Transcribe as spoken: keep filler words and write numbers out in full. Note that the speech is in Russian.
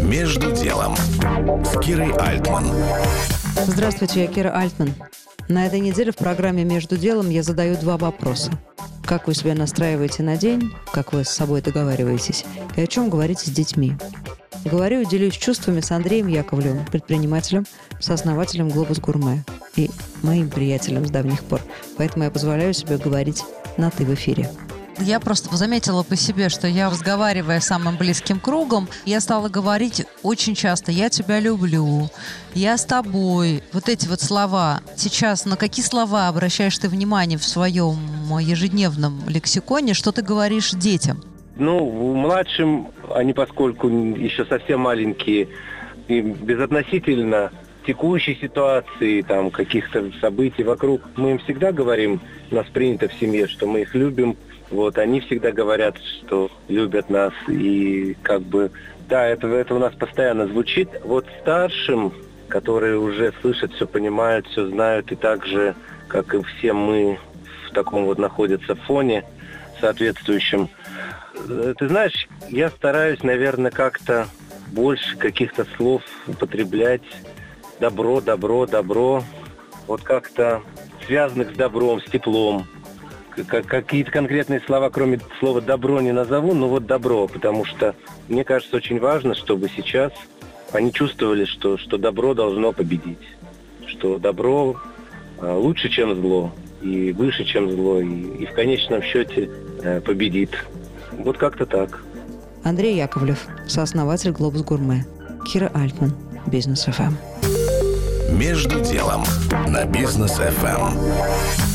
Между делом с Кирой Альтман. Здравствуйте, я Кира Альтман. На этой неделе в программе «Между делом» я задаю два вопроса. Как вы себя настраиваете на день, как вы с собой договариваетесь, и о чем говорите с детьми. Говорю и делюсь чувствами с Андреем Яковлевым, предпринимателем, сооснователем «Глобус Гурме» и моим приятелем с давних пор. Поэтому я позволяю себе говорить на «ты» в эфире. Я просто заметила по себе, что я, разговаривая с самым близким кругом, я стала говорить очень часто «я тебя люблю», «я с тобой». Вот эти вот слова. Сейчас на какие слова обращаешь ты внимание в своем ежедневном лексиконе, что ты говоришь детям? Ну, младшим, они поскольку еще совсем маленькие, и безотносительно текущей ситуации, там, каких-то событий вокруг, мы им всегда говорим, у нас принято в семье, что мы их любим. Вот, они всегда говорят, что любят нас, и как бы, да, это, это у нас постоянно звучит. Вот старшим, которые уже слышат, все понимают, все знают, и так же, как и все мы, в таком вот находятся фоне соответствующем. Ты знаешь, я стараюсь, наверное, как-то больше каких-то слов употреблять. Добро, добро, добро. Вот как-то связанных с добром, с теплом. Какие-то конкретные слова, кроме слова «добро», не назову, но вот «добро», потому что мне кажется, очень важно, чтобы сейчас они чувствовали, что, что добро должно победить, что добро а, лучше, чем зло, и выше, чем зло, и, и в конечном счете а, победит. Вот как-то так. Андрей Яковлев, сооснователь «Глобус Гурме». Кира Альтман, Бизнес эф эм. Между делом на Бизнес эф эм.